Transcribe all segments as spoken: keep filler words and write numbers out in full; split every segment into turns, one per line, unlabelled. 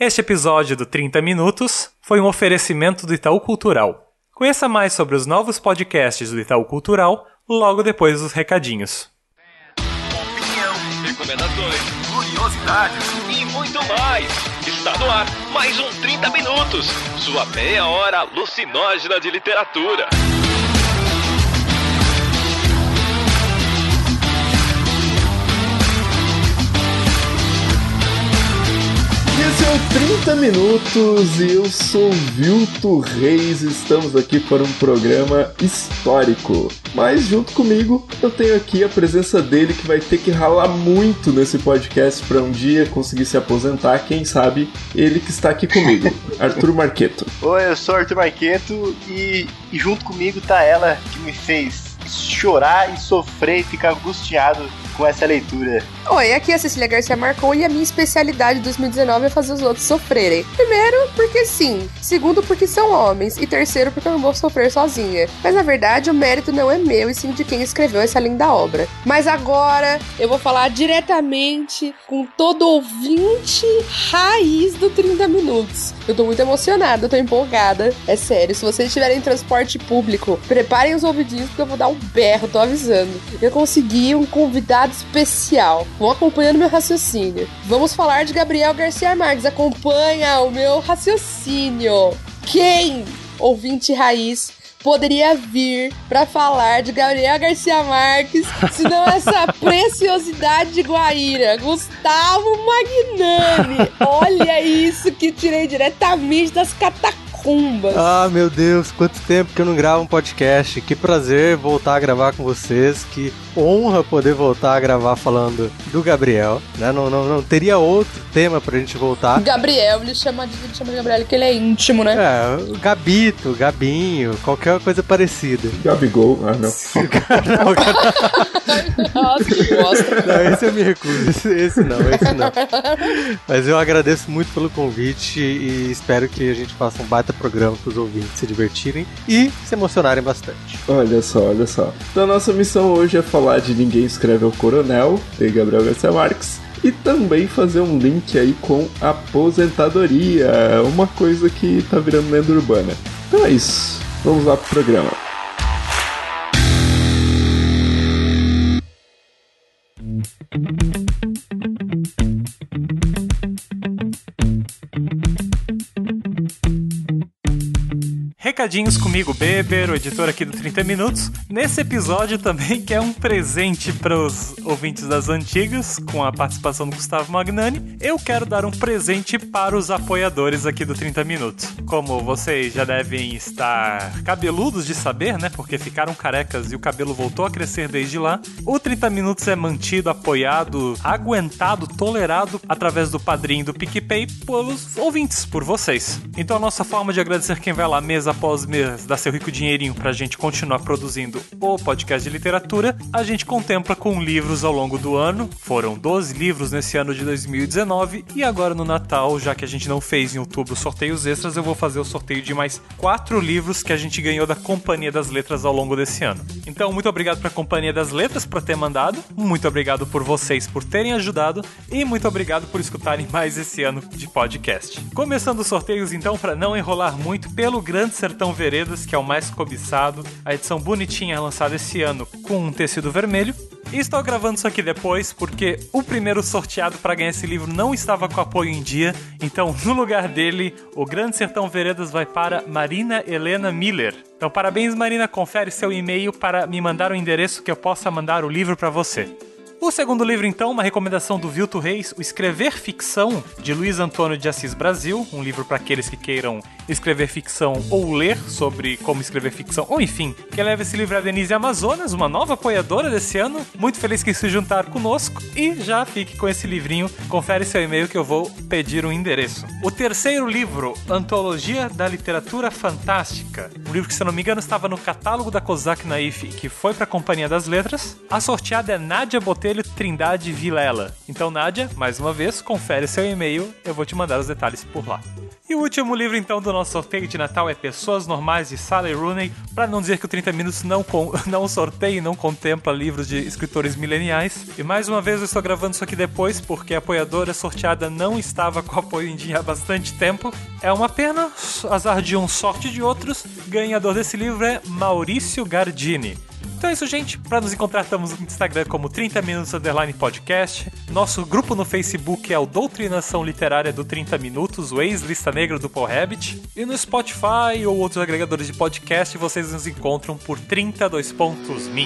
Este episódio do trinta Minutos foi um oferecimento do Itaú Cultural. Conheça mais sobre os novos podcasts do Itaú Cultural logo depois dos recadinhos.
Opinião, recomendações, curiosidades e muito mais. Está no ar mais um trinta Minutos, sua meia hora alucinógena de literatura.
Esse é o trinta Minutos e eu sou Vilto Reis. Estamos aqui para um programa histórico. Mas junto comigo eu tenho aqui a presença dele que vai ter que ralar muito nesse podcast para um dia conseguir se aposentar. Quem sabe ele que está aqui comigo, Arthur Marqueto.
Oi, eu sou Arthur Marqueto e, e junto comigo tá ela que me fez chorar e sofrer e ficar angustiado com essa leitura.
Oi, aqui é a Cecília Garcia Marcon e a minha especialidade de dois mil e dezenove é fazer os outros sofrerem. Primeiro, porque sim. Segundo, porque são homens. E terceiro, porque eu não vou sofrer sozinha. Mas na verdade, o mérito não é meu e sim de quem escreveu essa linda obra. Mas agora, eu vou falar diretamente com todo ouvinte raiz do trinta Minutos. Eu tô muito emocionada, eu tô empolgada. É sério, se vocês estiverem em transporte público, preparem os ouvidinhos porque eu vou dar um berro, tô avisando. Eu consegui um convidado especial. Vão acompanhando meu raciocínio. Vamos falar de Gabriel Garcia Marques. Acompanha o meu raciocínio. Quem, ouvinte raiz, poderia vir pra falar de Gabriel Garcia Marques se não essa preciosidade de Guaíra? Gustavo Magnani. Olha isso que tirei diretamente das catacumbas.
Ah, meu Deus, quanto tempo que eu não gravo um podcast. Que prazer voltar a gravar com vocês. Que honra poder voltar a gravar falando do Gabriel, né? Não, não, não teria outro tema pra gente voltar.
Gabriel, ele chama de, ele chama de Gabriel, que ele é íntimo, né?
É, Gabito, Gabinho, qualquer coisa parecida.
Gabigol, ah não.
não, cara...
Nossa, que bosta.
Não, esse eu me recuso, esse, esse não, esse não. Mas eu agradeço muito pelo convite e espero que a gente faça um baita programa para os ouvintes se divertirem e se emocionarem bastante.
Olha só, olha só. Então a nossa missão hoje é falar de Ninguém Escreve ao Coronel, de Gabriel Garcia Marques, e também fazer um link aí com aposentadoria, uma coisa que tá virando lenda urbana. Então é isso, vamos lá pro programa.
Recadinhos comigo, Beber, o editor aqui do trinta Minutos. Nesse episódio também, que é um presente para os ouvintes das antigas, com a participação do Gustavo Magnani, eu quero dar um presente para os apoiadores aqui do trinta Minutos. Como vocês já devem estar cabeludos de saber, né, porque ficaram carecas e o cabelo voltou a crescer desde lá, o trinta Minutos é mantido, apoiado, aguentado, tolerado através do Padrim e do PicPay pelos ouvintes, por vocês. Então a nossa forma de agradecer quem vai lá mês após mês dar seu rico dinheirinho pra gente continuar produzindo o podcast de literatura, a gente contempla com livros ao longo do ano. Foram doze livros nesse ano de dois mil e dezenove e agora no Natal, já que a gente não fez em outubro sorteios extras, eu vou fazer o sorteio de mais quatro livros que a gente ganhou da Companhia das Letras ao longo desse ano. Então, muito obrigado pra Companhia das Letras por ter mandado, muito obrigado por vocês por terem ajudado e muito obrigado por escutarem mais esse ano de podcast. Começando os sorteios então, pra não enrolar muito, pelo Grande Sertão Veredas, que é o mais cobiçado, a edição bonitinha lançada esse ano com um tecido vermelho. E estou gravando isso aqui depois porque o primeiro sorteado para ganhar esse livro não estava com apoio em dia, então no lugar dele, o Grande Sertão Veredas vai para Marina Helena Miller. Então parabéns, Marina, confere seu e-mail para me mandar o endereço que eu possa mandar o livro para você. O segundo livro, então, uma recomendação do Vilto Reis, o Escrever Ficção, de Luiz Antônio de Assis Brasil, um livro para aqueles que queiram escrever ficção ou ler sobre como escrever ficção, ou enfim, quem leva esse livro é a Denise Amazonas, uma nova apoiadora desse ano, muito feliz que se juntar conosco, e já fique com esse livrinho, confere seu e-mail que eu vou pedir um endereço. O terceiro livro, Antologia da Literatura Fantástica, um livro que, se eu não me engano, estava no catálogo da Kozak Naif, que foi para a Companhia das Letras. A sorteada é Nádia Botelho Coelho Trindade Vilela. Então, Nádia, mais uma vez, confere seu e-mail, eu vou te mandar os detalhes por lá. E o último livro, então, do nosso sorteio de Natal é Pessoas Normais, de Sally Rooney. Pra não dizer que o trinta Minutos não, com, não sorteia e não contempla livros de escritores mileniais. E mais uma vez eu estou gravando isso aqui depois, porque a apoiadora sorteada não estava com apoio em dia há bastante tempo. É uma pena, azar de uns, sorte de outros. Ganhador desse livro é Maurício Gardini. Então é isso, gente. Para nos encontrar, estamos no Instagram como trinta Minutos Underline Podcast. Nosso grupo no Facebook é o Doutrinação Literária do trinta Minutos, o ex-lista negra do Paul Rabbit. E no Spotify ou outros agregadores de podcast, vocês nos encontram por trinta dois pontos min.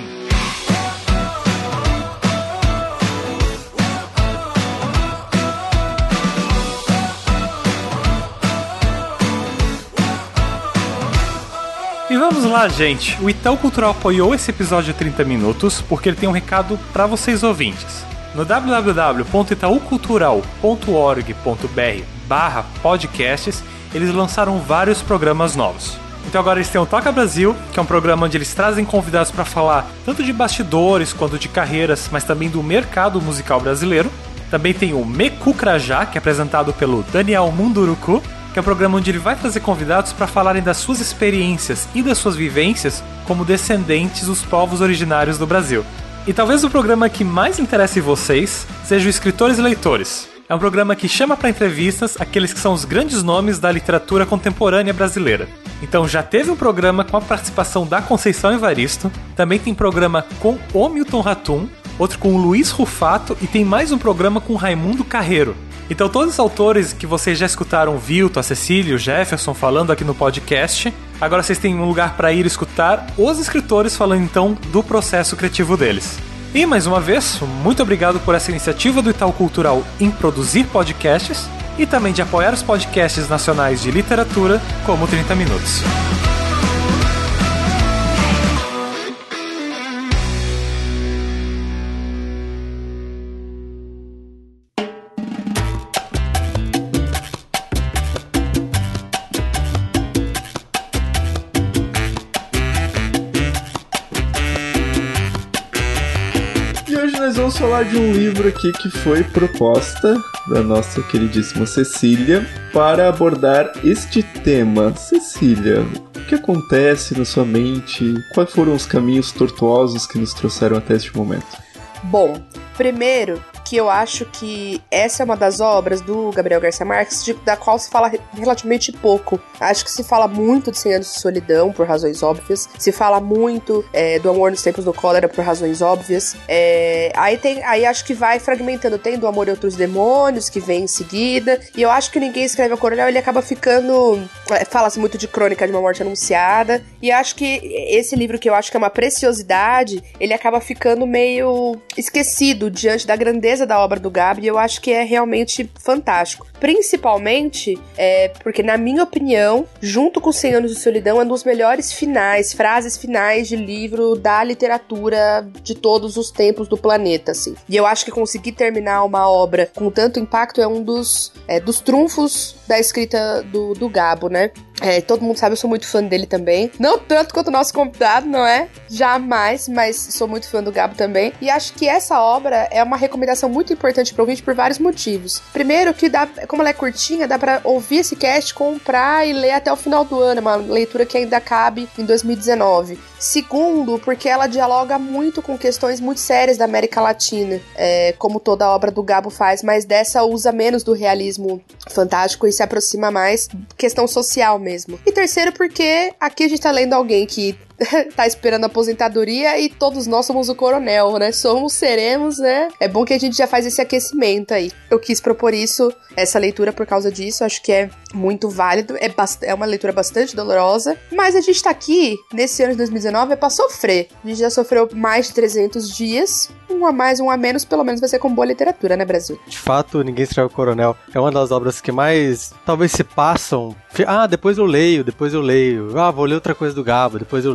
E vamos lá, gente. O Itaú Cultural apoiou esse episódio de trinta Minutos porque ele tem um recado para vocês ouvintes. No w w w ponto itaú cultural ponto org ponto b r barra podcasts, eles lançaram vários programas novos. Então agora eles têm o Toca Brasil, que é um programa onde eles trazem convidados para falar tanto de bastidores quanto de carreiras, mas também do mercado musical brasileiro. Também tem o Meku Crajá, que é apresentado pelo Daniel Munduruku, que é um programa onde ele vai trazer convidados para falarem das suas experiências e das suas vivências como descendentes dos povos originários do Brasil. E talvez o programa que mais interesse vocês seja o Escritores e Leitores. É um programa que chama para entrevistas aqueles que são os grandes nomes da literatura contemporânea brasileira. Então já teve um programa com a participação da Conceição Evaristo, também tem programa com o Milton Ratum, outro com o Luiz Rufato e tem mais um programa com o Raimundo Carreiro. Então todos os autores que vocês já escutaram, o Vilton, a Cecília, o Jefferson falando aqui no podcast, agora vocês têm um lugar para ir escutar os escritores falando então do processo criativo deles. E mais uma vez, muito obrigado por essa iniciativa do Itaú Cultural em produzir podcasts e também de apoiar os podcasts nacionais de literatura como trinta Minutos.
Nós vamos falar de um livro aqui que foi proposta da nossa queridíssima Cecília para abordar este tema. Cecília, o que acontece na sua mente? Quais foram os caminhos tortuosos que nos trouxeram até este momento?
Bom, primeiro que eu acho que essa é uma das obras do Gabriel Garcia Marques de, da qual se fala relativamente pouco. Acho que se fala muito de Cem Anos de Solidão, por razões óbvias. Se fala muito é, do Amor nos Tempos do Cólera, por razões óbvias. É, aí, tem, aí acho que vai fragmentando. Tem do Amor e Outros Demônios, que vem em seguida. E eu acho que Ninguém Escreve ao Coronel, ele acaba ficando... É, fala-se muito de Crônica de uma Morte Anunciada. E acho que esse livro, que eu acho que é uma preciosidade, ele acaba ficando meio esquecido diante da grandeza da obra do Gabi, e eu acho que é realmente fantástico. Principalmente é, porque, na minha opinião, junto com Cem Anos de Solidão, é um dos melhores finais, frases finais de livro da literatura de todos os tempos do planeta, assim. E eu acho que conseguir terminar uma obra com tanto impacto é um dos, é, dos trunfos da escrita do, do Gabo, né? É, todo mundo sabe, eu sou muito fã dele também. Não tanto quanto o nosso convidado, não é? Jamais, mas sou muito fã do Gabo também. E acho que essa obra é uma recomendação muito importante para o ouvinte por vários motivos. Primeiro, que dá, como ela é curtinha, dá para ouvir esse cast, comprar e ler até o final do ano. É uma leitura que ainda cabe em dois mil e dezenove. Segundo, porque ela dialoga muito com questões muito sérias da América Latina, é, como toda a obra do Gabo faz, mas dessa usa menos do realismo fantástico e se aproxima mais questão social mesmo. E terceiro, porque aqui a gente tá lendo alguém que tá esperando a aposentadoria e todos nós somos o coronel, né? Somos, seremos, né? É bom que a gente já faz esse aquecimento aí. Eu quis propor isso, essa leitura por causa disso, acho que é muito válido, é, bast- é uma leitura bastante dolorosa, mas a gente tá aqui, nesse ano de dois mil e dezenove, é pra sofrer. A gente já sofreu mais de trezentos dias, um a mais, um a menos, pelo menos vai ser com boa literatura, né, Brasil?
De fato, Ninguém Escreve o Coronel é uma das obras que mais, talvez, se passam. Ah, depois eu leio, depois eu leio. Ah, vou ler outra coisa do Gabo, depois eu leio.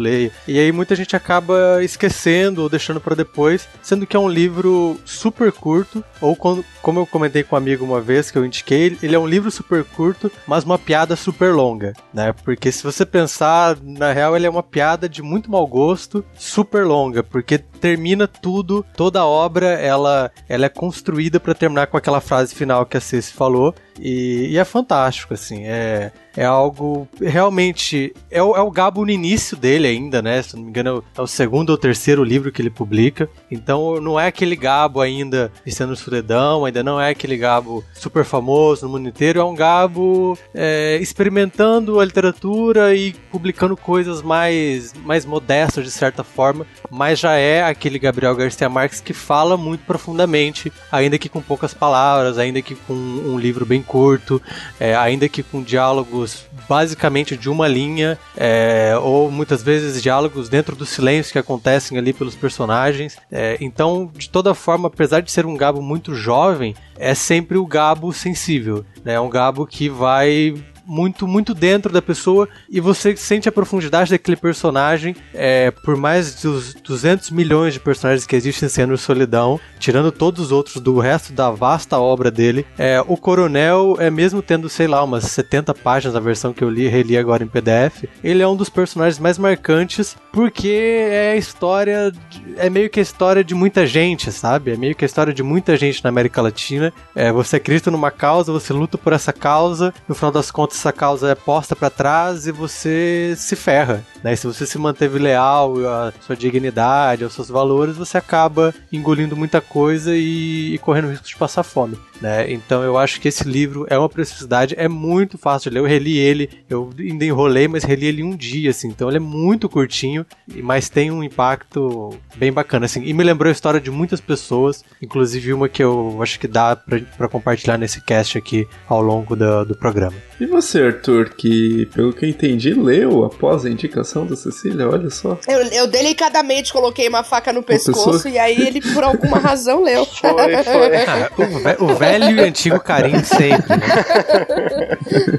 leia. E aí muita gente acaba esquecendo ou deixando pra depois, sendo que é um livro super curto, ou quando, como eu comentei com um amigo uma vez que eu indiquei, ele é um livro super curto, mas uma piada super longa, né? Porque se você pensar, na real ele é uma piada de muito mau gosto, super longa, porque termina tudo, toda a obra, ela, ela é construída pra terminar com aquela frase final que a Ceci falou, e, e é fantástico, assim, é... É algo, realmente, é o, é o Gabo no início dele ainda, né? Se não me engano, é o segundo ou terceiro livro que ele publica. Então não é aquele Gabo ainda vencendo o Escuridão, ainda não é aquele Gabo super famoso no mundo inteiro. É um Gabo é, experimentando a literatura e publicando coisas mais, mais modestas, de certa forma. Mas já é aquele Gabriel Garcia Marques que fala muito profundamente, ainda que com poucas palavras, ainda que com um livro bem curto, é, ainda que com diálogos basicamente de uma linha, é, ou muitas vezes diálogos dentro do silêncio que acontecem ali pelos personagens. É, então, de toda forma, apesar de ser um Gabo muito jovem, é sempre o Gabo sensível, né? É um Gabo que vai muito, muito dentro da pessoa e você sente a profundidade daquele personagem, é, por mais dos duzentos milhões de personagens que existem em Cem Anos de Solidão, tirando todos os outros do resto da vasta obra dele, é, o Coronel, é mesmo tendo, sei lá, umas setenta páginas, a versão que eu li, reli agora em P D F, ele é um dos personagens mais marcantes porque é a história, de, é meio que a história de muita gente, sabe? É meio que a história de muita gente na América Latina. É, você acredita numa causa, você luta por essa causa, no final das contas essa causa é posta pra trás e você se ferra, né? Se você se manteve leal à sua dignidade, aos seus valores, você acaba engolindo muita coisa e, e correndo risco de passar fome, né? Então eu acho que esse livro é uma preciosidade, é muito fácil de ler. Eu reli ele, eu ainda enrolei, mas reli ele em um dia, assim, então ele é muito curtinho, mas tem um impacto bem bacana, assim, e me lembrou a história de muitas pessoas, inclusive uma que eu acho que dá pra, pra compartilhar nesse cast aqui ao longo do, do programa.
E você, Arthur, que pelo que eu entendi, leu após a indicação da Cecília, olha só.
Eu, eu delicadamente coloquei uma faca no pescoço pessoa... e aí ele, por alguma razão, leu.
Foi, foi.
Ah, o, o velho e antigo carinho sempre, né?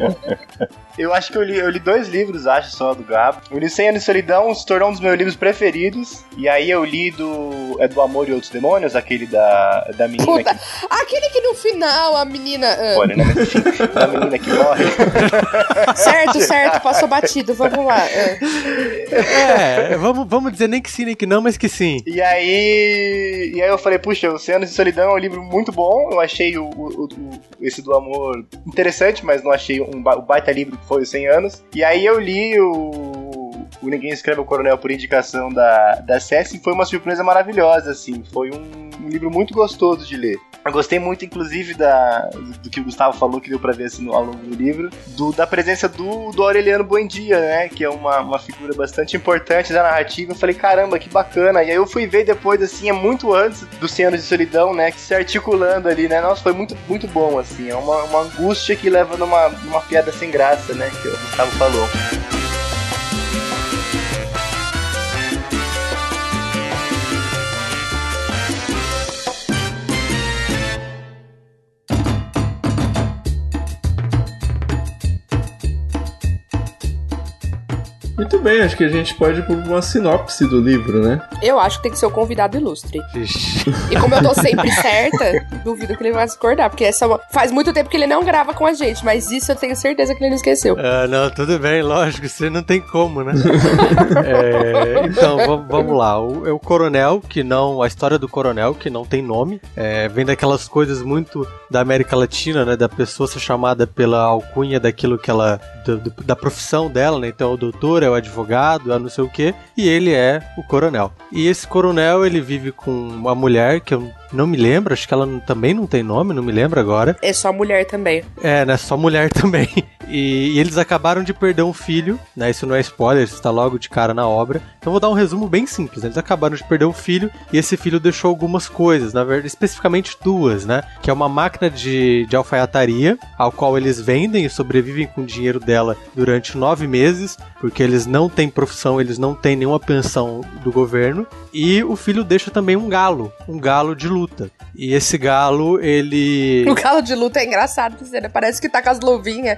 Eu acho que eu li, eu li dois livros, acho, só, do Gabo. Eu li Cem Anos de Solidão, se tornou um dos meus livros preferidos. E aí eu li do... É do Amor e Outros Demônios, aquele da, da menina
Puta,
que...
aquele que no final a menina... Uh...
Olha, né? Mas enfim, da menina que morre.
Certo, certo, passou batido, vamos lá. Uh.
É, vamos, vamos dizer nem que sim, nem que não, mas que sim.
E aí... E aí eu falei, puxa, o Cem Anos de Solidão é um livro muito bom. Eu achei o, o, o, esse do Amor interessante, mas não achei um ba- o baita livro que foi os cem anos. E aí eu li o... o Ninguém Escreve o Coronel por indicação da, da Ceci, e foi uma surpresa maravilhosa, assim. Foi um, um livro muito gostoso de ler. Eu gostei muito, inclusive, da, do que o Gustavo falou, que deu pra ver assim, ao longo do livro, do, da presença do, do Aureliano Buendia, né? Que é uma, uma figura bastante importante da narrativa. Eu falei, caramba, que bacana. E aí eu fui ver depois, assim, é muito antes dos Cem Anos de Solidão, né? Que se articulando ali, né? Nossa, foi muito, muito bom, assim. É uma, uma angústia que leva numa, numa piada sem graça, né? Que o Gustavo falou.
Muito bem, acho que a gente pode ir por uma sinopse do livro, né?
Eu acho que tem que ser o convidado ilustre.
Ixi.
E como eu tô sempre certa, duvido que ele vai discordar, porque essa é uma... faz muito tempo que ele não grava com a gente, mas isso eu tenho certeza que ele não esqueceu.
Ah, não, tudo bem, lógico, você não tem como, né? é, então, vamos, vamos lá. O, é o Coronel, que não... A história do Coronel, que não tem nome, é, vem daquelas coisas muito da América Latina, né? Da pessoa ser chamada pela alcunha daquilo que ela... Do, do, da profissão dela, né? Então, é o doutor, é o advogado, é não sei o quê, e ele é o Coronel. E esse Coronel, ele vive com uma mulher que eu não me lembro, acho que ela também não tem nome, não me lembro agora.
É só mulher também.
É, né? Só mulher também. E, e eles acabaram de perder um filho, né? Isso não é spoiler, isso tá logo de cara na obra. Então vou dar um resumo bem simples. Eles acabaram de perder um filho e esse filho deixou algumas coisas, na verdade, especificamente duas, né? Que é uma máquina de, de alfaiataria, ao qual eles vendem e sobrevivem com o dinheiro dela durante nove meses, porque eles não têm profissão, eles não têm nenhuma pensão do governo. E o filho deixa também um galo, um galo de luta. E esse galo, ele...
O galo de luta é engraçado, né? Parece que tá com as luvinhas.
É.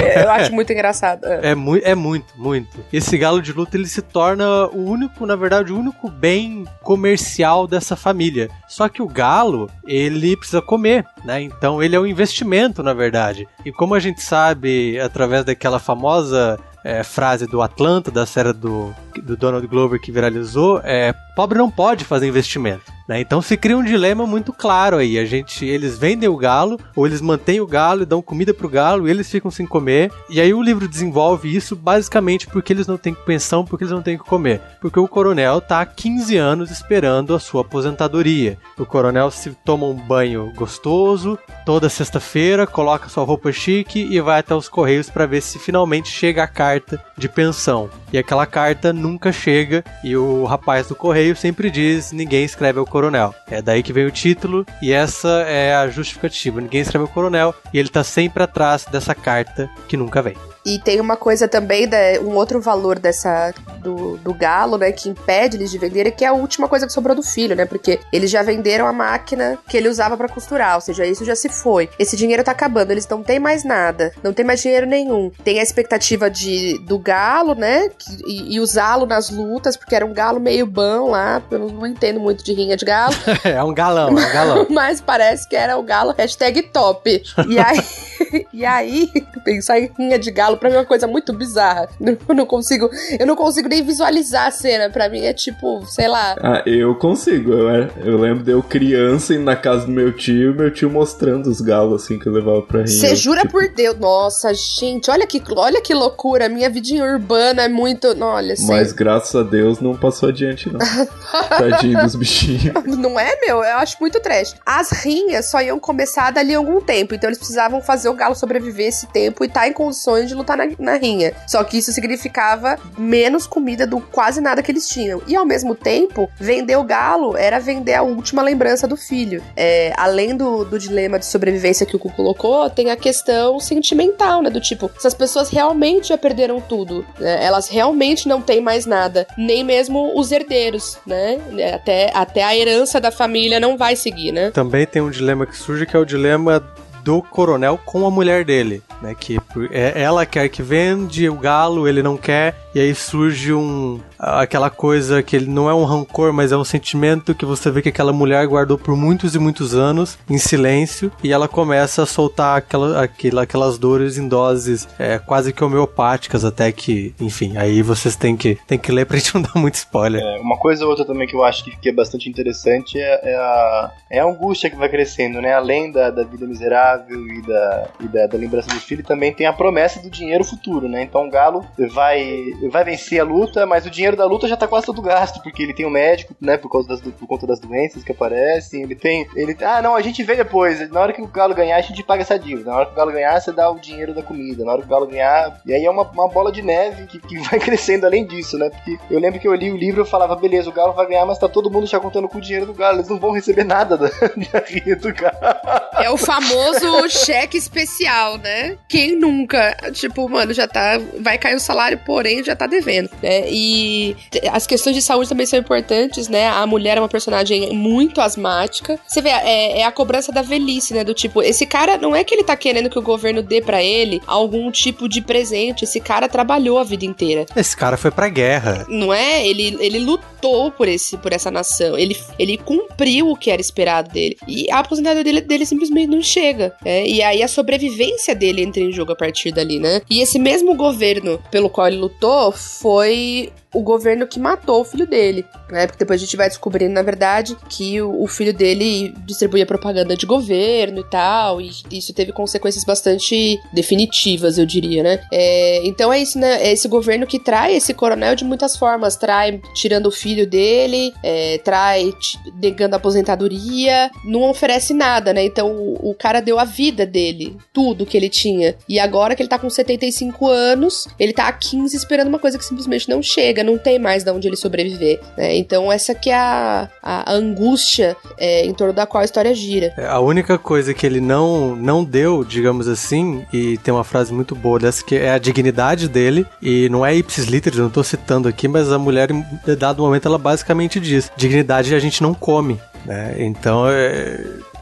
Eu acho muito engraçado. É,
é, mu- é muito, muito. Esse galo de luta, ele se torna o único, na verdade, o único bem comercial dessa família. Só que o galo, ele precisa comer, né? Então ele é um investimento, na verdade. E como a gente sabe, através daquela famosa é, frase do Atlanta, da série do, do Donald Glover que viralizou, é, pobre não pode fazer investimento. Né? Então se cria um dilema muito claro aí. A gente, eles vendem o galo, ou eles mantêm o galo e dão comida pro galo, e eles ficam sem comer. E aí o livro desenvolve isso basicamente porque eles não têm pensão, porque eles não têm o que comer. Porque o coronel tá há quinze anos esperando a sua aposentadoria. O coronel se toma um banho gostoso toda sexta-feira, coloca sua roupa chique e vai até os Correios para ver se finalmente chega a carta de pensão. E aquela carta nunca chega, e o rapaz do Correio sempre diz: ninguém escreve ao coronel. É daí que vem o título, e essa é a justificativa. Ninguém escreve ao coronel, e ele tá sempre atrás dessa carta que nunca vem.
E tem uma coisa também, né, um outro valor dessa do, do galo, né, que impede eles de venderem, que é a última coisa que sobrou do filho, né, porque eles já venderam a máquina que ele usava pra costurar, ou seja, isso já se foi. Esse dinheiro tá acabando, eles não têm mais nada, não tem mais dinheiro nenhum. Tem a expectativa de, do galo, né, que, e, e usá-lo nas lutas, porque era um galo meio bom lá, eu não, não entendo muito de rinha de galo.
É um galão, é um galão.
Mas parece que era o galo hashtag top. E aí, e aí pensar em rinha de galo pra mim é uma coisa muito bizarra. Eu não consigo, eu não consigo nem visualizar a cena. Pra mim é tipo, sei lá.
Ah, eu consigo. Eu, era, eu lembro de eu criança indo na casa do meu tio, meu tio mostrando os galos assim que eu levava pra rir.
Você jura
tipo...
por Deus? Nossa, gente, olha que, olha que loucura. Minha vidinha urbana é muito. Olha,
Mas
sei.
graças a Deus não passou adiante, não. Tadinho dos bichinhos.
Não é, meu? Eu acho muito trash. As rinhas só iam começar dali a algum tempo. Então eles precisavam fazer o galo sobreviver esse tempo e estar tá em condições de lutar na, na rinha. Só que isso significava menos comida do quase nada que eles tinham. E ao mesmo tempo, vender o galo era vender a última lembrança do filho. É, além do, do dilema de sobrevivência que o Cu colocou, tem a questão sentimental, né? Do tipo, essas pessoas realmente já perderam tudo. Né? Elas realmente não têm mais nada. Nem mesmo os herdeiros, né? Até, até a herança da família não vai seguir, né?
Também tem um dilema que surge, que é o dilema do coronel com a mulher dele, né, que ela quer que vende o galo, ele não quer, e aí surge um, aquela coisa que ele não é um rancor, mas é um sentimento que você vê que aquela mulher guardou por muitos e muitos anos, em silêncio, e ela começa a soltar aquela, aquela, aquelas dores em doses é, quase que homeopáticas, até que, enfim, aí vocês têm que, têm que ler pra gente não dar muito spoiler.
É, uma coisa ou outra também que eu acho que é bastante interessante é, é, a, é a angústia que vai crescendo, né, além da, da vida miserável e, da, e da, da lembrança do filho, também tem a promessa do dinheiro futuro, né? Então o galo vai, vai vencer a luta, mas o dinheiro da luta já tá quase todo gasto, porque ele tem um médico, né? Por, causa das, por conta das doenças que aparecem. Ele tem. Ele, ah, não, a gente vê depois. Na hora que o galo ganhar, a gente paga essa dívida. Na hora que o galo ganhar, você dá o dinheiro da comida. Na hora que o galo ganhar. E aí é uma, uma bola de neve que, que vai crescendo além disso, né? Porque eu lembro que eu li o livro e eu falava, beleza, o galo vai ganhar, mas tá todo mundo já contando com o dinheiro do galo. Eles não vão receber nada da, da rinha do galo.
É o famoso cheque especial, né? Quem nunca? Tipo, mano, já tá... Vai cair o salário, porém já tá devendo, né? E as questões de saúde também são importantes, né? A mulher é uma personagem muito asmática. Você vê, é, é a cobrança da velhice, né? Do tipo, esse cara, não é que ele tá querendo que o governo dê pra ele algum tipo de presente. Esse cara trabalhou a vida inteira.
Esse cara foi pra guerra.
Não é? Ele, ele lutou por, esse, por essa nação. Ele, ele cumpriu o que era esperado dele. E a aposentadoria dele, dele simplesmente não chega. Né? E aí a sobrevivência dele entra em jogo a partir dali, né? E esse mesmo governo pelo qual ele lutou foi o governo que matou o filho dele, né? Porque depois a gente vai descobrindo, na verdade, que o, o filho dele distribuía propaganda de governo e tal, e isso teve consequências bastante definitivas, eu diria, né? É, então é isso, né? É esse governo que trai esse coronel de muitas formas. Trai tirando o filho dele, é, trai negando a aposentadoria, não oferece nada, né? Então o, o cara deu a vida dele, tudo que ele tinha. E agora que ele tá com setenta e cinco anos, ele tá há quinze esperando uma coisa que simplesmente não chega, não tem mais de onde ele sobreviver, né? Então essa que é a, a angústia é, em torno da qual a história gira.
A única coisa que ele não, não deu, digamos assim, e tem uma frase muito boa dessa, que é a dignidade dele, e não é ipsis literis, eu não tô citando aqui, mas a mulher, em dado momento, ela basicamente diz: dignidade a gente não come, né? Então é...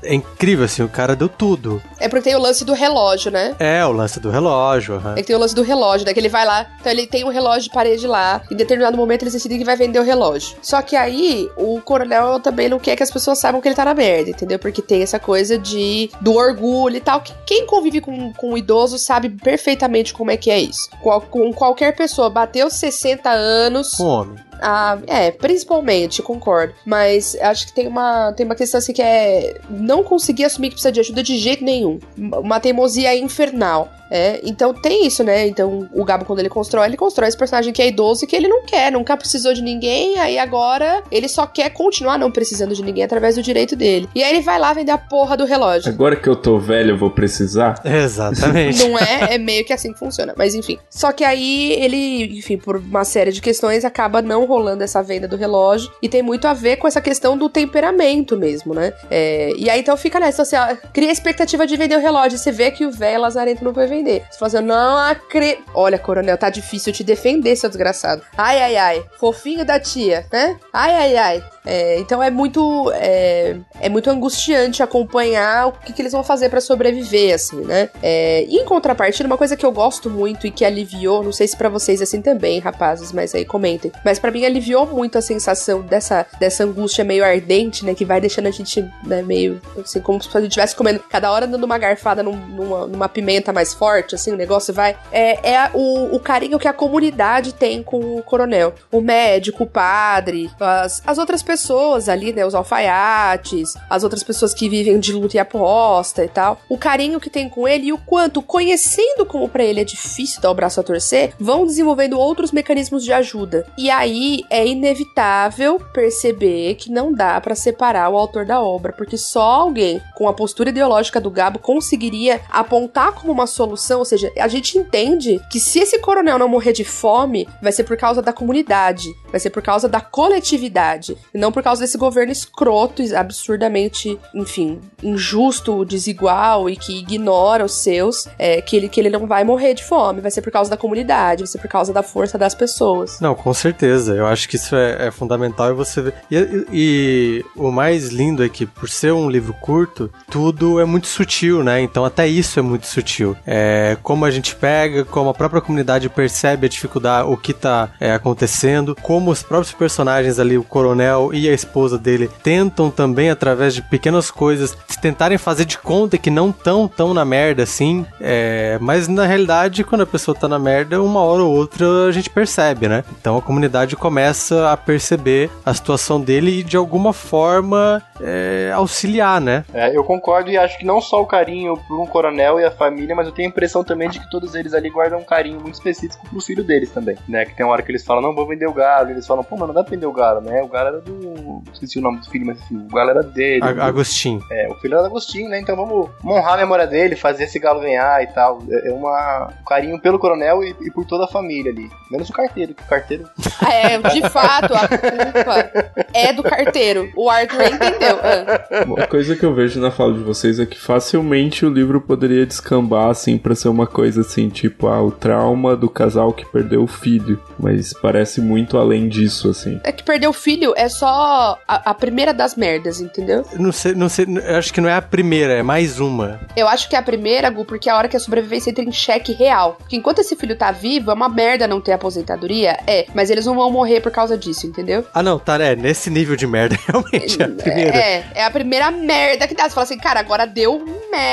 É incrível, assim, o cara deu tudo.
É porque tem o lance do relógio, né?
É, o lance do relógio. Uhum.
É que tem o lance do relógio, né? Que ele vai lá, então ele tem um relógio de parede lá, em determinado momento eles decidem que vai vender o relógio. Só que aí, o coronel também não quer que as pessoas saibam que ele tá na merda, entendeu? Porque tem essa coisa de do orgulho e tal, que quem convive com, com o idoso sabe perfeitamente como é que é isso. Com, com qualquer pessoa, bateu sessenta anos...
Um homem.
Ah, é, principalmente, concordo. Mas acho que tem uma, tem uma questão assim que é não conseguir assumir que precisa de ajuda de jeito nenhum. Uma teimosia infernal. É, então tem isso, né? Então o Gabo, quando ele constrói, ele constrói esse personagem que é idoso e que ele não quer, nunca precisou de ninguém, aí agora ele só quer continuar não precisando de ninguém através do direito dele. E aí ele vai lá vender a porra do relógio.
Agora que eu tô velho, eu vou precisar?
Exatamente.
Não é? É meio que assim que funciona. Mas enfim. Só que aí ele, enfim, por uma série de questões, acaba não rolando essa venda do relógio. E tem muito a ver com essa questão do temperamento mesmo, né? É, e aí então fica nessa, você ó, cria a expectativa de vender o relógio. Você vê que o velho Lazarento não vai vender. Você fala assim, não acredito. Olha, coronel, tá difícil te defender, seu desgraçado. Ai, ai, ai. Fofinho da tia, né? Ai, ai, ai. É, então é muito é, é muito angustiante acompanhar o que, que eles vão fazer pra sobreviver, assim, né? É, em contrapartida, uma coisa que eu gosto muito e que aliviou, não sei se pra vocês é assim também, rapazes, mas aí comentem, mas pra mim aliviou muito a sensação dessa, dessa angústia meio ardente, né? Que vai deixando a gente, né, meio assim, como se a gente estivesse comendo, cada hora dando uma garfada num, numa, numa pimenta mais forte, assim, o negócio vai... É, é o, o carinho que a comunidade tem com o coronel. O médico, o padre, as, as outras pessoas pessoas ali, né, os alfaiates, as outras pessoas que vivem de luta e aposta e tal, o carinho que tem com ele e o quanto, conhecendo como pra ele é difícil dar o braço a torcer, vão desenvolvendo outros mecanismos de ajuda. E aí é inevitável perceber que não dá pra separar o autor da obra, porque só alguém com a postura ideológica do Gabo conseguiria apontar como uma solução, ou seja, a gente entende que se esse coronel não morrer de fome, vai ser por causa da comunidade, vai ser por causa da coletividade, não por causa desse governo escroto, absurdamente, enfim, injusto, desigual e que ignora os seus, é, que, ele, que ele não vai morrer de fome, vai ser por causa da comunidade, vai ser por causa da força das pessoas.
Não, com certeza, eu acho que isso é, é fundamental e você vê... E, e, e o mais lindo é que, por ser um livro curto, tudo é muito sutil, né? Então até isso é muito sutil. É, como a gente pega, como a própria comunidade percebe a dificuldade, o que tá é, acontecendo, como os próprios personagens ali, o coronel e a esposa dele tentam também, através de pequenas coisas, tentarem fazer de conta que não tão tão na merda assim, é, mas na realidade, quando a pessoa tá na merda, uma hora ou outra a gente percebe, né? Então a comunidade começa a perceber a situação dele e de alguma forma é, auxiliar, né?
É, eu concordo e acho que não só o carinho por um coronel e a família, mas eu tenho a impressão também de que todos eles ali guardam um carinho muito específico pro filho deles também, né? Que tem uma hora que eles falam, não, vou vender o galo, e eles falam, pô, mas não dá pra vender o galo, né? O galo era do... esqueci o nome do filho, mas enfim, o galo era dele.
A- Agostinho.
É, o filho era do Agostinho, né? Então vamos honrar a memória dele, fazer esse galo ganhar e tal. É, é uma... um carinho pelo coronel e, e por toda a família ali. Menos o carteiro, que o carteiro...
É, de fato, a culpa é do carteiro. O Arthur entendeu. Ah.
Uma coisa que eu vejo na fala de vocês é que facilmente o livro poderia descambar, assim, pra ser uma coisa assim, tipo, ah, o trauma do casal que perdeu o filho. Mas parece muito além disso, assim.
É que perder o filho é só a, a primeira das merdas, entendeu?
Não sei, não sei, eu acho que não é a primeira, é mais uma.
Eu acho que é a primeira, Gu, porque é a hora que a sobrevivência entra em xeque real. Porque enquanto esse filho tá vivo, é uma merda não ter aposentadoria, é, mas eles não vão morrer por causa disso, entendeu?
Ah, não, tá, é, nesse nível de merda, realmente é a primeira.
É, é a primeira merda que dá. Você fala assim, cara, agora deu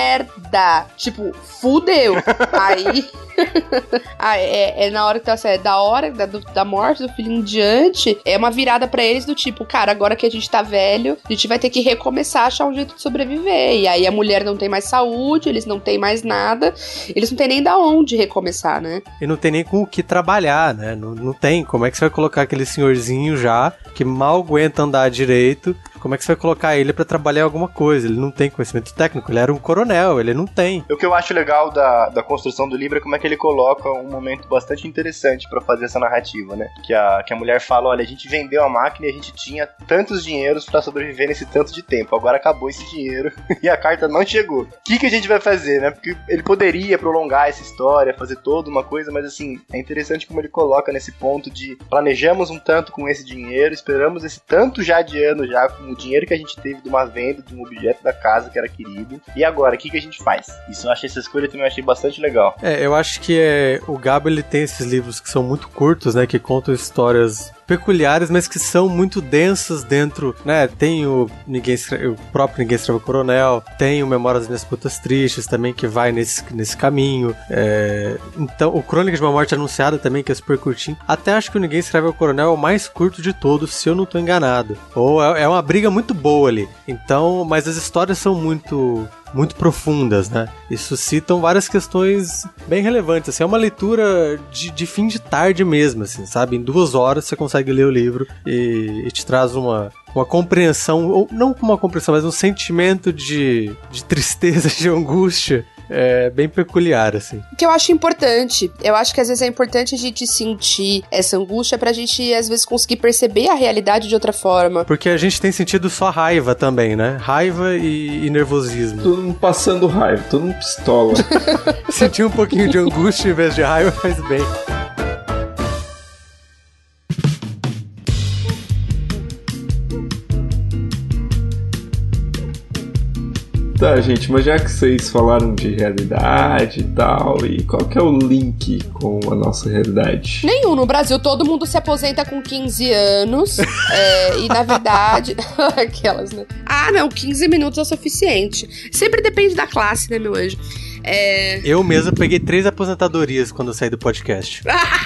merda. Tipo, fudeu. Aí... ah, é, é na hora que tá certo, da hora da, do, da morte do filho em diante, é uma virada pra eles do tipo, cara, agora que a gente tá velho, a gente vai ter que recomeçar a achar um jeito de sobreviver. E aí a mulher não tem mais saúde, eles não tem mais nada, eles não tem nem da onde recomeçar, né?
E não tem nem com o que trabalhar, né? Não, não tem. Como é que você vai colocar aquele senhorzinho já, que mal aguenta andar direito, como é que você vai colocar ele pra trabalhar em alguma coisa? Ele não tem conhecimento técnico, ele era um coronel, ele não tem.
O que eu acho legal da, da construção do livro é como é que ele coloca um momento bastante interessante pra fazer essa narrativa, né? Que a, que a mulher fala, olha, a gente vendeu a máquina e a gente tinha tantos dinheiros pra sobreviver nesse tanto de tempo, agora acabou esse dinheiro e a carta não chegou. O que, que a gente vai fazer, né? Porque ele poderia prolongar essa história, fazer toda uma coisa, mas assim, é interessante como ele coloca nesse ponto de planejamos um tanto com esse dinheiro, esperamos esse tanto já de ano já com com o dinheiro que a gente teve de uma venda de um objeto da casa que era querido. E agora, o que, que a gente faz? Isso eu achei, essa escolha também eu achei bastante legal.
É, eu acho que é, o Gabo ele tem esses livros que são muito curtos, né, que contam histórias peculiares, mas que são muito densas dentro, né, tem o Ninguém Escreve, o próprio Ninguém Escreve o Coronel, tem o Memórias das Minhas Putas Tristes também, que vai nesse, nesse caminho, é, então o Crônica de uma Morte Anunciada também, que é super curtinho, até acho que o Ninguém Escreve o Coronel é o mais curto de todos, se eu não tô enganado, ou é, é uma briga muito boa ali, então, mas as histórias são muito... muito profundas, né? E suscitam várias questões bem relevantes, assim, é uma leitura de, de fim de tarde mesmo, assim, sabe? Em duas horas você consegue ler o livro e, e te traz uma, uma compreensão, ou não uma compreensão, mas um sentimento de, de tristeza, de angústia, é bem peculiar, assim.
Que eu acho importante. Eu acho que às vezes é importante a gente sentir essa angústia pra gente, às vezes, conseguir perceber a realidade de outra forma.
Porque a gente tem sentido só raiva também, né? Raiva e, e nervosismo.
Todo mundo passando raiva, todo mundo pistola.
Sentir um pouquinho de angústia em vez de raiva faz bem.
Tá, gente, mas já que vocês falaram de realidade e tal, e qual que é o link com a nossa realidade?
Nenhum. No Brasil, todo mundo se aposenta com quinze anos. é, e, na verdade... Aquelas, né? Ah, não. quinze minutos é o suficiente. Sempre depende da classe, né, meu anjo? É...
Eu mesmo peguei três aposentadorias quando eu saí do podcast.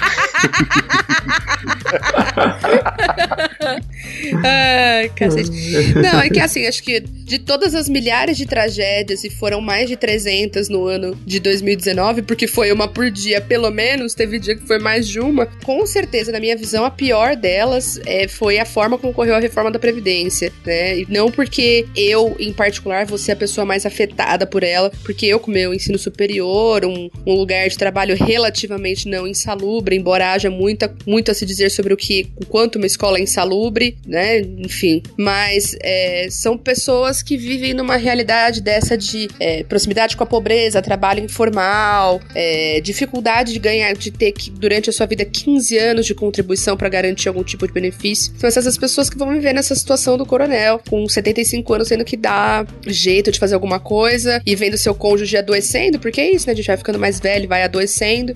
Ai, cacete. Não, é que assim, acho que de todas as milhares de tragédias, e foram mais de trezentas no ano de dois mil e dezenove, porque foi uma por dia, pelo menos, teve dia que foi mais de uma, com certeza, na minha visão, a pior delas é, foi a forma como ocorreu a reforma da Previdência, né? E não porque eu, em particular, vou ser a pessoa mais afetada por ela, porque eu, com meu ensino superior, um, um lugar de trabalho relativamente não insalubre, embora haja muita, muito a se dizer sobre o que, o quanto uma escola é insalubre, né? Enfim, mas é, são pessoas que vivem numa realidade dessa de é, proximidade com a pobreza, trabalho informal, é, dificuldade de ganhar, de ter que, durante a sua vida, quinze anos de contribuição para garantir algum tipo de benefício. São essas pessoas que vão viver nessa situação do coronel, com setenta e cinco anos, tendo que dar jeito de fazer alguma coisa e vendo seu cônjuge adoecendo, porque é isso, né? A gente vai ficando mais velho, vai adoecendo.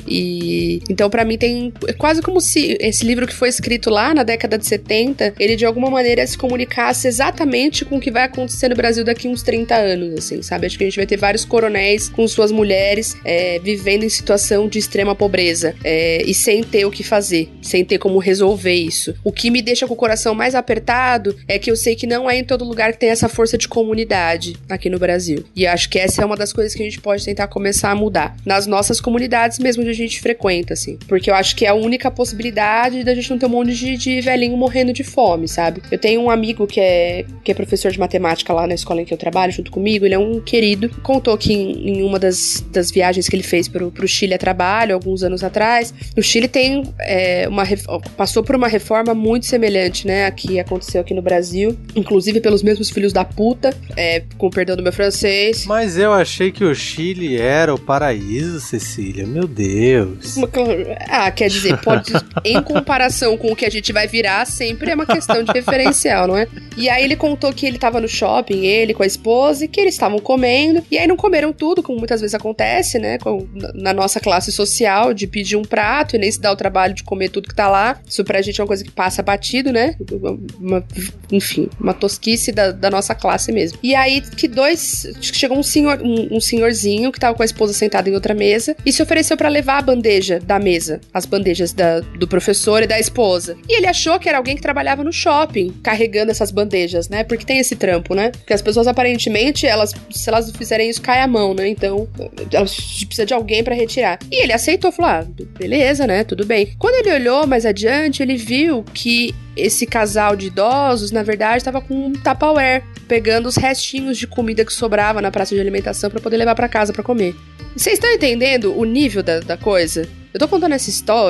E então, pra mim, tem é quase como se esse livro que foi escrito lá na década de setenta, ele de alguma maneira se comunicasse exatamente com o que vai acontecer no Brasil daqui uns trinta anos, assim, sabe? Acho que a gente vai ter vários coronéis com suas mulheres é, vivendo em situação de extrema pobreza é, e sem ter o que fazer, sem ter como resolver isso. O que me deixa com o coração mais apertado é que eu sei que não é em todo lugar que tem essa força de comunidade aqui no Brasil. E acho que essa é uma das coisas que a gente pode tentar começar a mudar. Nas nossas comunidades mesmo onde a gente frequenta, assim. Porque eu acho que é a única possibilidade da gente não ter um monte de, de velhinho morrendo de fome, sabe? Eu tenho um amigo que é, que é professor de matemática lá na escola em que eu trabalho, junto comigo. Ele é um querido. Contou que em, em uma das, das viagens que ele fez pro, pro Chile a trabalho, alguns anos atrás, o Chile tem é, uma, passou por uma reforma muito semelhante, né, a que aconteceu aqui no Brasil, inclusive pelos mesmos filhos da puta, é, com perdão do meu francês.
Mas eu achei que o Chile era o paraíso, Cecília. Meu Deus.
Ah, quer dizer, pode, em comparação com o que a gente vai virar, sempre é uma questão de referencial, não é? E aí ele contou que ele tava no shopping, ele com a esposa, e que eles estavam comendo, e aí não comeram tudo, como muitas vezes acontece, né, com, na nossa classe social, de pedir um prato e nem se dar o trabalho de comer tudo que tá lá. Isso pra gente é uma coisa que passa batido, né? Uma, enfim, uma tosquice da, da nossa classe mesmo. E aí que dois, chegou um senhor, um, um senhorzinho que tava com a esposa sentada em outra mesa e se ofereceu pra levar a bandeja da mesa, as bandejas da, do professor e da esposa. E ele achou que era alguém que trabalhava no shopping, carregando essas bandejas, né? Porque tem esse trampo, né? Porque as pessoas, aparentemente, elas, se elas fizerem isso, cai a mão, né? Então, elas precisam de alguém pra retirar. E ele aceitou, falou, ah, beleza, né? Tudo bem. Quando ele olhou mais adiante, ele viu que esse casal de idosos, na verdade, estava com um Tupperware, pegando os restinhos de comida que sobrava na praça de alimentação para poder levar para casa para comer. Vocês estão entendendo o nível da, da coisa? Eu tô contando essa história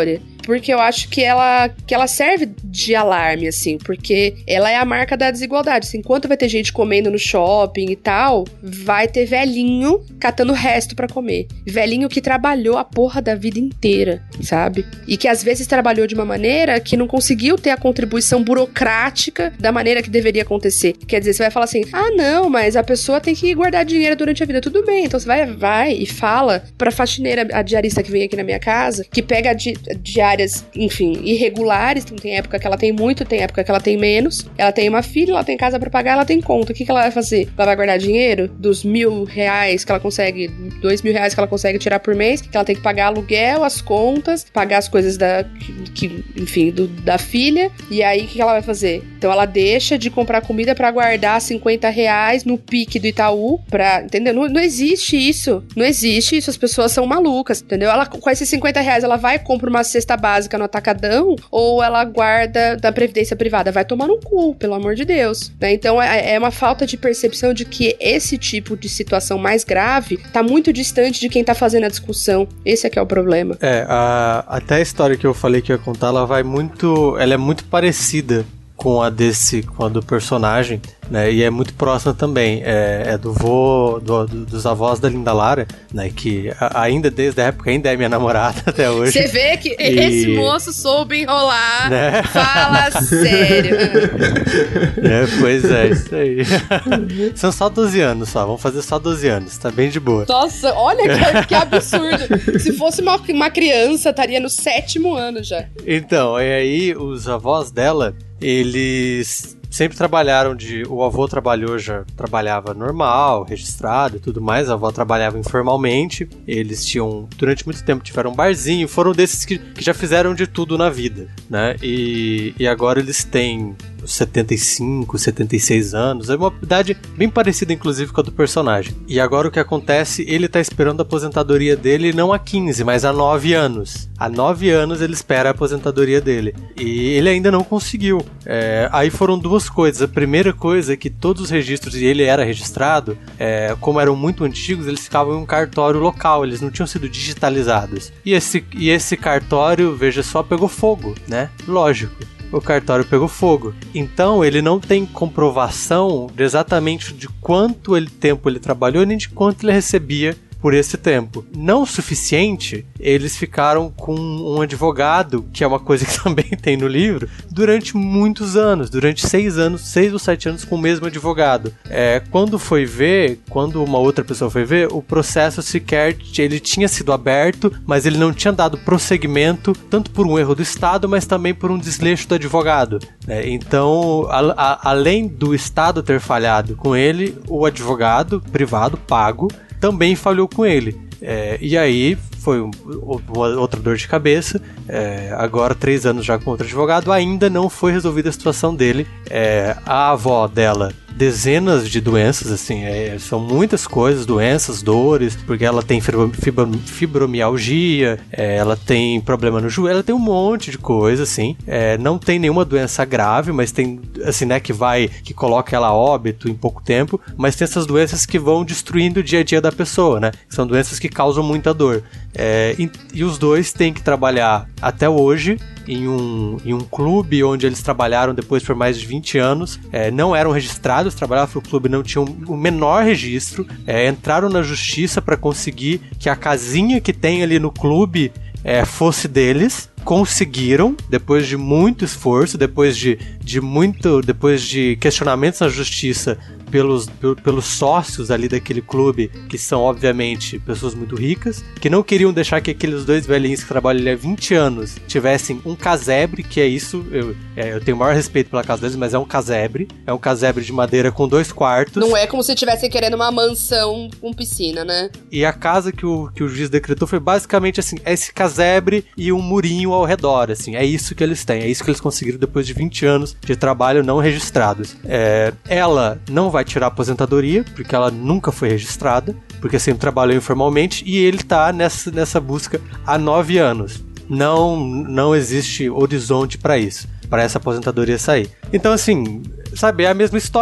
porque eu acho que ela, que ela serve de alarme, assim, porque ela é a marca da desigualdade. Assim, enquanto vai ter gente comendo no shopping e tal, vai ter velhinho catando resto pra comer. Velhinho que trabalhou a porra da vida inteira, sabe? E que às vezes trabalhou de uma maneira que não conseguiu ter a contribuição burocrática da maneira que deveria acontecer. Quer dizer, você vai falar assim, ah, não, mas a pessoa tem que guardar dinheiro durante a vida. Tudo bem, então você vai, vai e fala pra faxineira, a diarista que vem aqui na minha casa, que pega di- diárias, enfim, irregulares, então tem época que ela tem muito, tem época que ela tem menos. Ela tem uma filha, ela tem casa pra pagar, ela tem conta. O que, que ela vai fazer? Ela vai guardar dinheiro dos mil reais que ela consegue, dois mil reais que ela consegue tirar por mês, que ela tem que pagar aluguel, as contas, pagar as coisas da, que, enfim, do, da filha. E aí, o que, que ela vai fazer? Então ela deixa de comprar comida pra guardar cinquenta reais no pique do Itaú, pra, entendeu? Não, não existe isso. Não existe isso. As pessoas são malucas, entendeu? Ela, com esses cinquenta reais, ela vai e compra uma cesta básica no atacadão ou ela guarda da previdência privada? Vai tomar no cu, pelo amor de Deus. Né? Então é, é uma falta de percepção de que esse tipo de situação mais grave tá muito distante de quem tá fazendo a discussão. Esse é que é o problema.
É, a, até a história que eu falei que ia contar, ela vai muito... Ela é muito parecida com a desse, com a do personagem, né, e é muito próxima também, é, é do vô, do, do, dos avós da Linda Lara, né, que a, ainda desde a época ainda é minha namorada até hoje.
Você vê que
e...
esse moço soube enrolar,
né?
Fala sério.
É, pois é, isso aí. São só doze anos só, vamos fazer só doze anos, tá bem de boa.
Nossa, olha que, que absurdo. Se fosse uma, uma criança, estaria no sétimo ano já.
Então, e aí os avós dela, eles sempre trabalharam de... O avô trabalhou, já trabalhava normal, registrado e tudo mais. A avó trabalhava informalmente. Eles tinham, durante muito tempo, tiveram um barzinho. Foram desses que, que já fizeram de tudo na vida, né? E, e agora eles têm setenta e cinco, setenta e seis anos. É uma idade bem parecida, inclusive, com a do personagem. E agora o que acontece? Ele tá esperando a aposentadoria dele não há quinze, mas há nove anos. Há nove anos ele espera a aposentadoria dele. E ele ainda não conseguiu. É, aí foram duas coisas. A primeira coisa é que todos os registros, e ele era registrado, é, como eram muito antigos, eles ficavam em um cartório local. Eles não tinham sido digitalizados. E esse, e esse cartório, veja só, pegou fogo, né? Lógico. O cartório pegou fogo. Então ele não tem comprovação de exatamente de quanto ele, tempo ele trabalhou, nem de quanto ele recebia por esse tempo. Não o suficiente, eles ficaram com um advogado, que é uma coisa que também tem no livro, durante muitos anos, durante seis anos, seis ou sete anos com o mesmo advogado. É, quando foi ver, quando uma outra pessoa foi ver, o processo sequer, ele tinha sido aberto, mas ele não tinha dado prosseguimento, tanto por um erro do Estado, mas também por um desleixo do advogado. É, então, a, a, além do Estado ter falhado com ele, o advogado privado, pago, também falhou com ele. É, e aí foi um, outra dor de cabeça. É, agora, três anos já com outro advogado, ainda não foi resolvida a situação dele. É, a avó dela, dezenas de doenças, assim, é, são muitas coisas, doenças, dores, porque ela tem fibro, fibro, fibromialgia, é, ela tem problema no joelho, ela tem um monte de coisa, assim, é, não tem nenhuma doença grave, mas tem, assim, né, que vai, que coloca ela a óbito em pouco tempo, mas tem essas doenças que vão destruindo o dia a dia da pessoa, né, são doenças que causam muita dor, é, e, e os dois têm que trabalhar até hoje em um, em um clube onde eles trabalharam depois por mais de vinte anos, é, não eram registrados, trabalhavam para o clube, não tinham o menor registro, é, entraram na justiça para conseguir que a casinha que tem ali no clube é, fosse deles, conseguiram, depois de muito esforço, depois de, de muito, depois de questionamentos na justiça pelos, pelos sócios ali daquele clube, que são obviamente pessoas muito ricas, que não queriam deixar que aqueles dois velhinhos que trabalham ali há vinte anos tivessem um casebre, que é isso, eu, é, eu tenho o maior respeito pela casa deles, mas é um casebre, é um casebre de madeira com dois quartos.
Não é como se estivessem querendo uma mansão com piscina, né?
E a casa que o, que o juiz decretou foi basicamente assim, esse casebre e um murinho ao redor, assim, é isso que eles têm, é isso que eles conseguiram depois de vinte anos de trabalho não registrados. É, ela não vai tirar a aposentadoria, porque ela nunca foi registrada, porque sempre trabalhou informalmente, e ele tá nessa, nessa busca há nove anos. Não, não existe horizonte para isso, para essa aposentadoria sair. Então, assim, sabe, é a mesma história.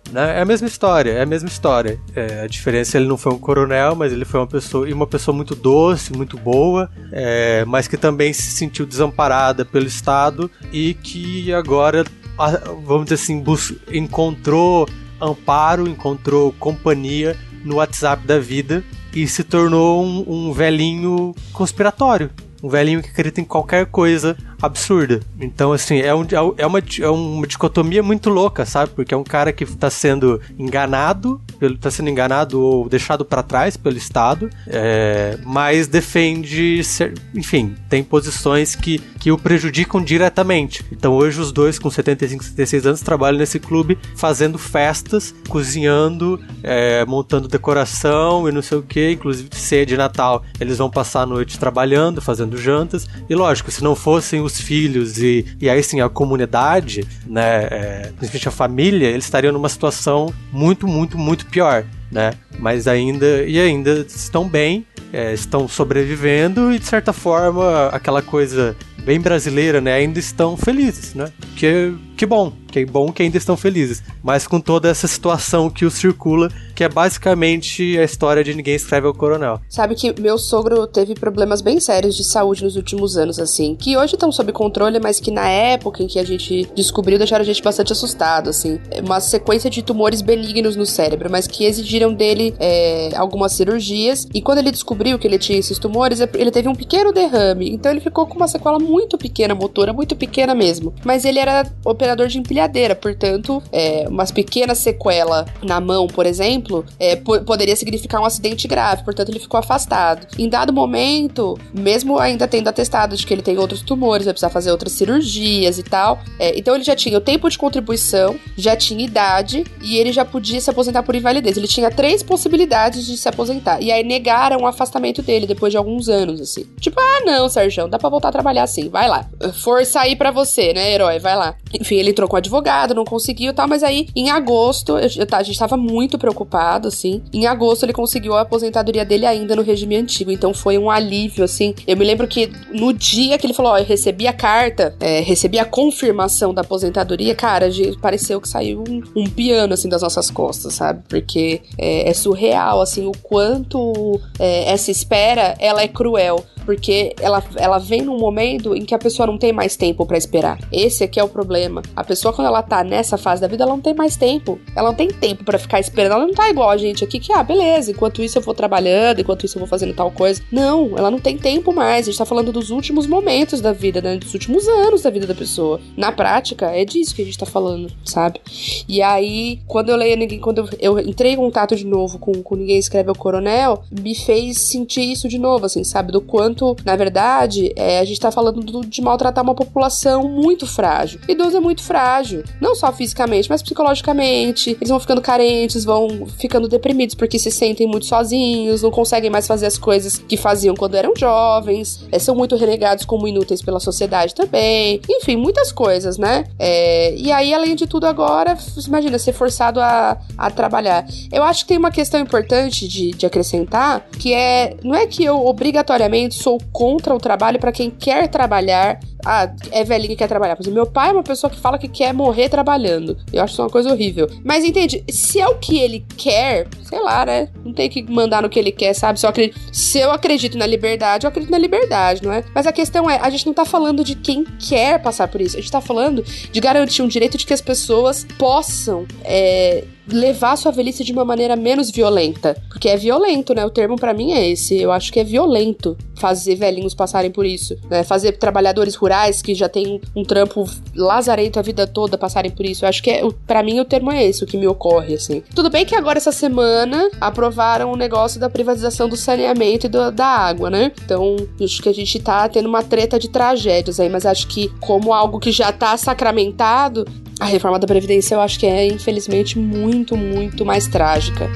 né? É a mesma história, é a mesma história. É, a diferença é que ele não foi um coronel, mas ele foi uma pessoa, e uma pessoa muito doce, muito boa, é, mas que também se sentiu desamparada pelo Estado e que agora, vamos dizer assim, bus- encontrou amparo, encontrou companhia no WhatsApp da vida e se tornou um, um velhinho conspiratório. Um velhinho que acredita em qualquer coisa absurda. Então, assim, é, um, é, uma, é uma dicotomia muito louca, sabe? Porque é um cara que tá sendo enganado, pelo, tá sendo enganado ou deixado pra trás pelo Estado, é, mas defende, enfim, tem posições que, que o prejudicam diretamente. Então, hoje os dois, com setenta e cinco, setenta e seis anos, trabalham nesse clube fazendo festas, cozinhando, é, montando decoração e não sei o que, inclusive ceia de Natal. Eles vão passar a noite trabalhando, fazendo jantas, e lógico, se não fossem os filhos e, e aí sim a comunidade, né, é, principalmente a família, eles estariam numa situação muito, muito, muito pior, né, mas ainda, e ainda estão bem, é, estão sobrevivendo e de certa forma aquela coisa bem brasileira, né, ainda estão felizes, né, que, que bom, que bom que ainda estão felizes, mas com toda essa situação que o circula, que é basicamente a história de Ninguém Escreve ao Coronel.
Sabe que meu sogro teve problemas bem sérios de saúde nos últimos anos, assim, que hoje estão sob controle, mas que na época em que a gente descobriu deixaram a gente bastante assustado, assim. Uma sequência de tumores benignos no cérebro, mas que exigiram dele é, algumas cirurgias, e quando ele descobriu que ele tinha esses tumores, ele teve um pequeno derrame, então ele ficou com uma sequela muito pequena motora, muito pequena mesmo. Mas ele era operador de empilhadeira, portanto, é, umas pequenas sequelas na mão, por exemplo, É, po- poderia significar um acidente grave, portanto ele ficou afastado. Em dado momento, mesmo ainda tendo atestado de que ele tem outros tumores, vai precisar fazer outras cirurgias e tal, é, então ele já tinha o tempo de contribuição, já tinha idade e ele já podia se aposentar por invalidez. Ele tinha três possibilidades de se aposentar, e aí negaram o afastamento dele depois de alguns anos, assim. Tipo, ah não, Sérgio, dá pra voltar a trabalhar assim, vai lá. Força aí pra você, né, herói, vai lá. Enfim, ele entrou com um advogado, não conseguiu e tal, mas aí em agosto, eu, a gente tava muito preocupado, assim. Em agosto ele conseguiu a aposentadoria dele ainda no regime antigo, então foi um alívio, assim. Eu me lembro que no dia que ele falou, ó, eu recebi a carta, é, recebi a confirmação da aposentadoria, cara, pareceu que saiu um, um piano, assim, das nossas costas, sabe? Porque é, é surreal, assim, o quanto é, essa espera, ela é cruel. Porque ela, ela vem num momento em que a pessoa não tem mais tempo pra esperar. Esse aqui é o problema. A pessoa, quando ela tá nessa fase da vida, ela não tem mais tempo. Ela não tem tempo pra ficar esperando. Ela não tá igual a gente aqui, que, ah, beleza, enquanto isso eu vou trabalhando, enquanto isso eu vou fazendo tal coisa. Não, ela não tem tempo mais. A gente tá falando dos últimos momentos da vida, né? Dos últimos anos da vida da pessoa. Na prática, é disso que a gente tá falando, sabe? E aí, quando eu leio ninguém, quando eu, eu entrei em contato de novo com, com Ninguém Escreve ao Coronel, me fez sentir isso de novo, assim, sabe? Do quanto, na verdade, é, a gente tá falando do, de maltratar uma população muito frágil. Idoso é muito frágil, não só fisicamente, mas psicologicamente. Eles vão ficando carentes, vão ficando deprimidos porque se sentem muito sozinhos, não conseguem mais fazer as coisas que faziam quando eram jovens, é, são muito relegados como inúteis pela sociedade também. Enfim, muitas coisas, né? É, e aí, além de tudo agora, imagina, ser forçado a, a trabalhar. Eu acho que tem uma questão importante de, de acrescentar, que é, não é que eu obrigatoriamente sou contra o trabalho para quem quer trabalhar. Ah, é velhinho que quer trabalhar. Por exemplo, meu pai é uma pessoa que fala que quer morrer trabalhando. Eu acho isso uma coisa horrível. Mas entende, se é o que ele quer, sei lá, né? Não tem que mandar no que ele quer, sabe? Se eu acredito, se eu acredito na liberdade, eu acredito na liberdade, não é? Mas a questão é, a gente não tá falando de quem quer passar por isso. A gente tá falando de garantir um direito de que as pessoas possam é, levar a sua velhice de uma maneira menos violenta. Porque é violento, né? O termo pra mim é esse. Eu acho que é violento fazer velhinhos passarem por isso, né? Fazer trabalhadores rurais que já têm um trampo lazarento a vida toda passarem por isso. Eu acho que, é, pra mim, o termo é esse, o que me ocorre, assim. Tudo bem que agora, essa semana, aprovaram o negócio da privatização do saneamento e do, da água, né? Então, acho que a gente tá tendo uma treta de tragédias aí, mas acho que, como algo que já tá sacramentado, a reforma da Previdência eu acho que é, infelizmente, muito, muito mais trágica.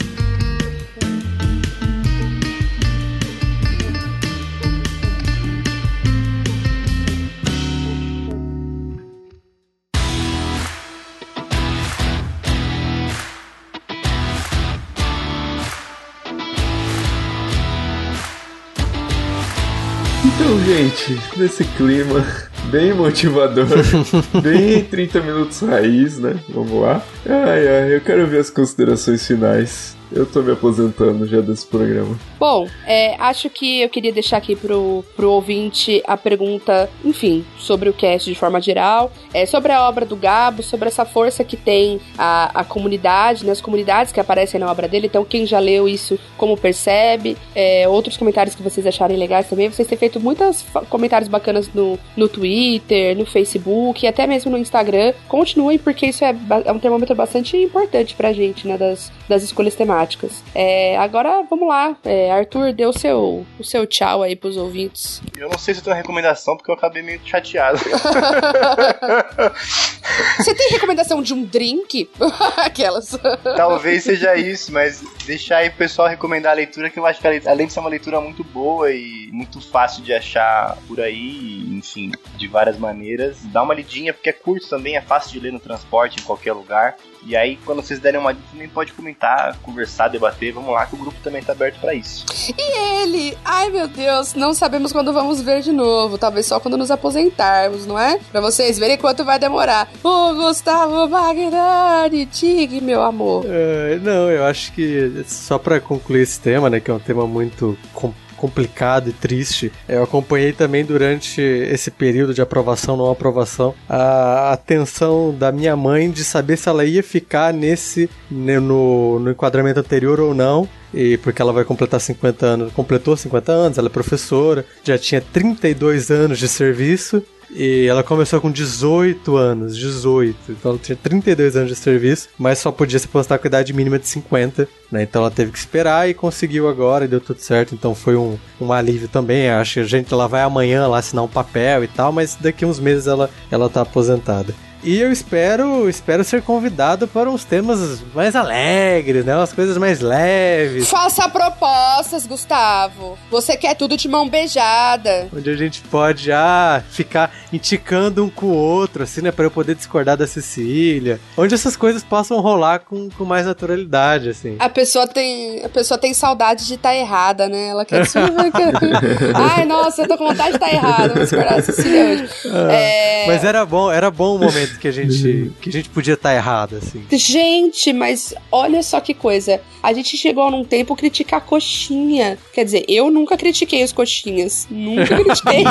Então, gente, nesse clima bem motivador, bem trinta minutos raiz, né? Vamos lá. Ai, ai, eu quero ver as considerações finais. Eu tô me aposentando já desse programa.
Bom, é, acho que eu queria deixar aqui pro, pro ouvinte a pergunta, enfim, sobre o cast de forma geral, é, sobre a obra do Gabo, sobre essa força que tem a, a comunidade, né, as comunidades que aparecem na obra dele. Então, quem já leu isso, como percebe, é, outros comentários que vocês acharem legais também. Vocês têm feito muitos comentários bacanas no, no Twitter, no Facebook e até mesmo no Instagram. Continuem, porque isso é, é um termômetro bastante importante pra gente, né, das, das escolhas temáticas. É, agora, vamos lá. É, Arthur, dê o seu, o seu tchau aí pros ouvintes.
Eu não sei se eu tenho uma recomendação, porque eu acabei meio chateado.
Você tem recomendação de um drink? Aquelas.
Talvez seja isso, mas deixar aí pro pessoal recomendar a leitura, que eu acho que além de ser uma leitura muito boa e muito fácil de achar por aí, enfim, de várias maneiras, dá uma lidinha, porque é curto também, é fácil de ler no transporte, em qualquer lugar. E aí, quando vocês derem uma dica, também pode comentar, conversar, debater. Vamos lá, que o grupo também tá aberto pra isso.
E ele? Ai, meu Deus, não sabemos quando vamos ver de novo. Talvez só quando nos aposentarmos, não é? Pra vocês verem quanto vai demorar. Ô, Gustavo Magnani, Tig, meu amor.
É, não, eu acho que só pra concluir esse tema, né, que é um tema muito complexo, complicado e triste. Eu acompanhei também durante esse período de aprovação, não aprovação, a atenção da minha mãe de saber se ela ia ficar nesse no, no enquadramento anterior ou não. E porque ela vai completar cinquenta anos, completou cinquenta anos, ela é professora, já tinha trinta e dois anos de serviço. E ela começou com dezoito anos, dezoito. Então ela tinha trinta e dois anos de serviço, mas só podia se aposentar com a idade mínima de cinquenta, né? Então ela teve que esperar e conseguiu agora e deu tudo certo. Então foi um, um alívio também. Acho que a gente, ela vai amanhã lá assinar um papel e tal, mas daqui a uns meses ela, ela tá aposentada. E eu espero, espero ser convidado para uns temas mais alegres, né? Umas coisas mais leves.
Faça propostas, Gustavo. Você quer tudo de mão beijada.
Onde a gente pode, ah, ficar indicando um com o outro, assim, né? Para eu poder discordar da Cecília. Onde essas coisas possam rolar com, com mais naturalidade, assim.
A pessoa tem, a pessoa tem saudade de estar errada, né? Ela quer... Ai, nossa, eu tô com vontade de estar errada. Vou discordar da Cecília hoje.
Ah,
é...
Mas era bom, era bom o momento que a gente, que a gente podia estar errado, assim.
Gente, mas olha só que coisa. A gente chegou num tempo criticar a coxinha. Quer dizer, eu nunca critiquei os coxinhas. Nunca critiquei.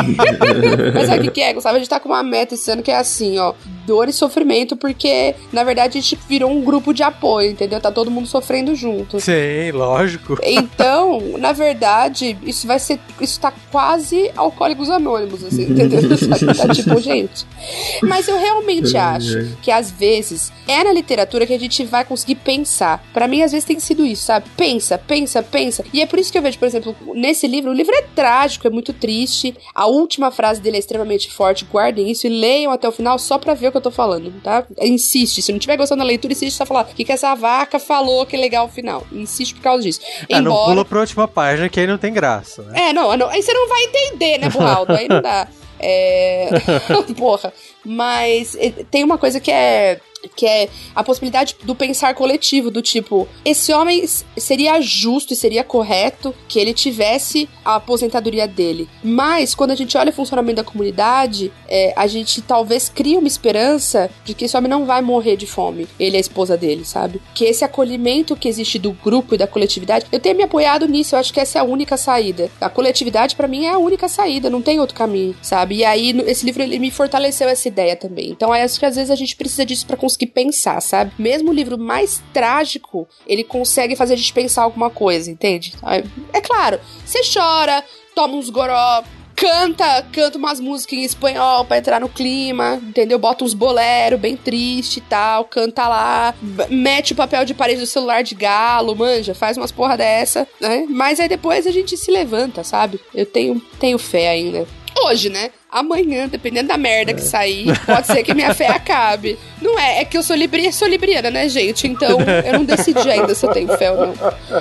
Mas sabe o que, que é, Gustavo? A gente tá com uma meta esse ano que é assim, ó. Dor e sofrimento, porque, na verdade, a gente virou um grupo de apoio, entendeu? Tá todo mundo sofrendo junto.
Sim, lógico.
Então, na verdade, isso vai ser... Isso tá quase Alcoólicos Anônimos, assim, entendeu? Tá tipo, gente... Mas eu realmente acho que, às vezes, é na literatura que a gente vai conseguir pensar. Pra mim, às vezes, tem sido isso, sabe? Pensa, pensa, pensa. E é por isso que eu vejo, por exemplo, nesse livro, o livro é trágico, é muito triste. A última frase dele é extremamente forte. Guardem isso e leiam até o final só pra ver o que eu tô falando, tá? Insiste. Se não tiver gostando da leitura, insiste pra falar o que, que essa vaca falou que é legal o final. Insiste por causa disso.
Ah, Embora... não pula pra última página, que aí não tem graça, né?
É, não, não. Aí você não vai entender, né, Burraldo? Aí não dá. É... Porra. Mas tem uma coisa que é... que é a possibilidade do pensar coletivo, do tipo, esse homem seria justo e seria correto que ele tivesse a aposentadoria dele, mas quando a gente olha o funcionamento da comunidade, é, a gente talvez cria uma esperança de que esse homem não vai morrer de fome, ele e a esposa dele, sabe? Que esse acolhimento que existe do grupo e da coletividade, eu tenho me apoiado nisso, eu acho que essa é a única saída. A coletividade pra mim é a única saída, não tem outro caminho, sabe? E aí esse livro ele me fortaleceu essa ideia também. Então acho que às vezes a gente precisa disso pra conseguir pensar, sabe? Mesmo o livro mais trágico, ele consegue fazer a gente pensar alguma coisa, entende? É claro, você chora, toma uns goró, canta, canta umas músicas em espanhol pra entrar no clima, entendeu? Bota uns bolero bem triste e tal, canta lá, mete o papel de parede do celular de galo, manja, faz umas porra dessa, né? Mas aí depois a gente se levanta, sabe? Eu tenho, tenho fé ainda. Hoje, né? Amanhã, dependendo da merda que sair, pode ser que minha fé acabe. Não é, é que eu sou, libri, sou libriana, né, gente? Então, eu não decidi ainda se eu tenho fé ou não.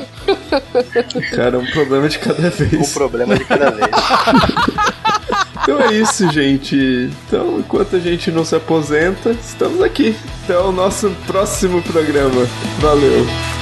Cara, é um problema de cada vez.
Um problema de cada vez.
Então é isso, gente. Então, enquanto a gente não se aposenta, estamos aqui. Até o nosso próximo programa. Valeu!